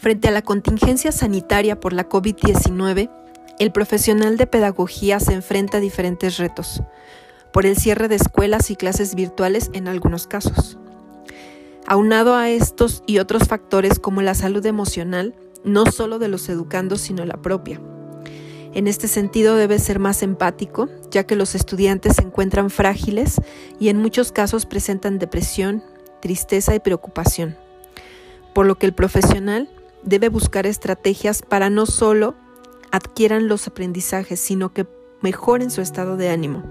Frente a la contingencia sanitaria por la COVID-19, el profesional de pedagogía se enfrenta a diferentes retos, por el cierre de escuelas y clases virtuales en algunos casos. Aunado a estos y otros factores como la salud emocional, no solo de los educandos, sino la propia. En este sentido debe ser más empático, ya que los estudiantes se encuentran frágiles y en muchos casos presentan depresión, tristeza y preocupación, por lo que el profesional debe buscar estrategias para no solo adquieran los aprendizajes, sino que mejoren su estado de ánimo.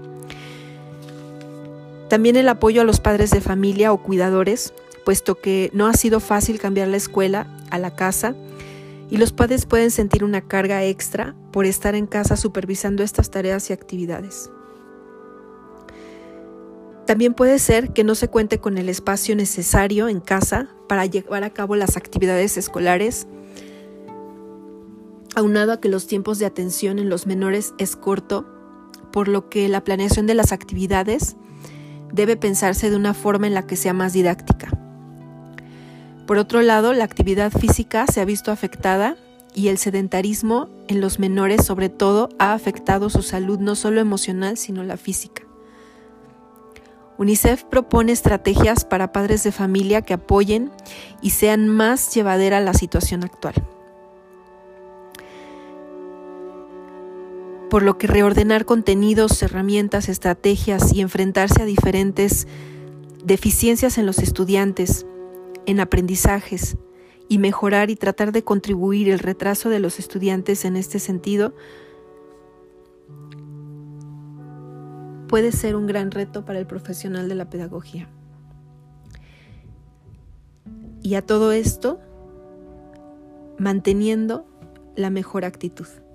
También el apoyo a los padres de familia o cuidadores, puesto que no ha sido fácil cambiar la escuela a la casa y los padres pueden sentir una carga extra por estar en casa supervisando estas tareas y actividades. También puede ser que no se cuente con el espacio necesario en casa para llevar a cabo las actividades escolares, aunado a que los tiempos de atención en los menores es corto, por lo que la planeación de las actividades debe pensarse de una forma en la que sea más didáctica. Por otro lado, la actividad física se ha visto afectada y el sedentarismo en los menores sobre todo ha afectado su salud no solo emocional sino la física. UNICEF propone estrategias para padres de familia que apoyen y sean más llevadera la situación actual. Por lo que reordenar contenidos, herramientas, estrategias y enfrentarse a diferentes deficiencias en los estudiantes, en aprendizajes y mejorar y tratar de contribuir el retraso de los estudiantes en este sentido puede ser un gran reto para el profesional de la pedagogía. Y a todo esto, manteniendo la mejor actitud.